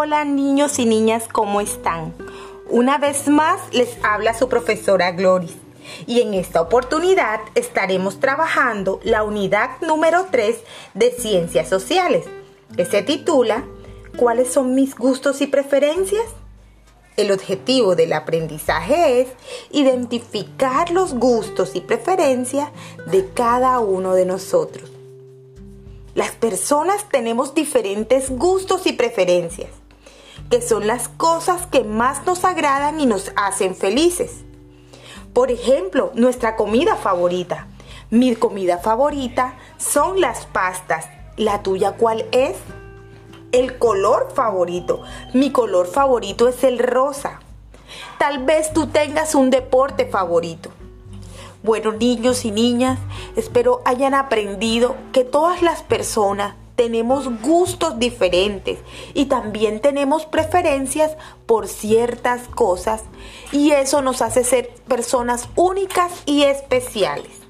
Hola niños y niñas, ¿cómo están? Una vez más les habla su profesora Gloris y en esta oportunidad estaremos trabajando la unidad número 3 de Ciencias Sociales, que se titula ¿Cuáles son mis gustos y preferencias? El objetivo del aprendizaje es identificar los gustos y preferencias de cada uno de nosotros. Las personas tenemos diferentes gustos y preferencias, que son las cosas que más nos agradan y nos hacen felices. Por ejemplo, nuestra comida favorita. Mi comida favorita son las pastas. ¿La tuya cuál es? El color favorito. Mi color favorito es el rosa. Tal vez tú tengas un deporte favorito. Bueno, niños y niñas, espero hayan aprendido que todas las personas tenemos gustos diferentes y también tenemos preferencias por ciertas cosas y eso nos hace ser personas únicas y especiales.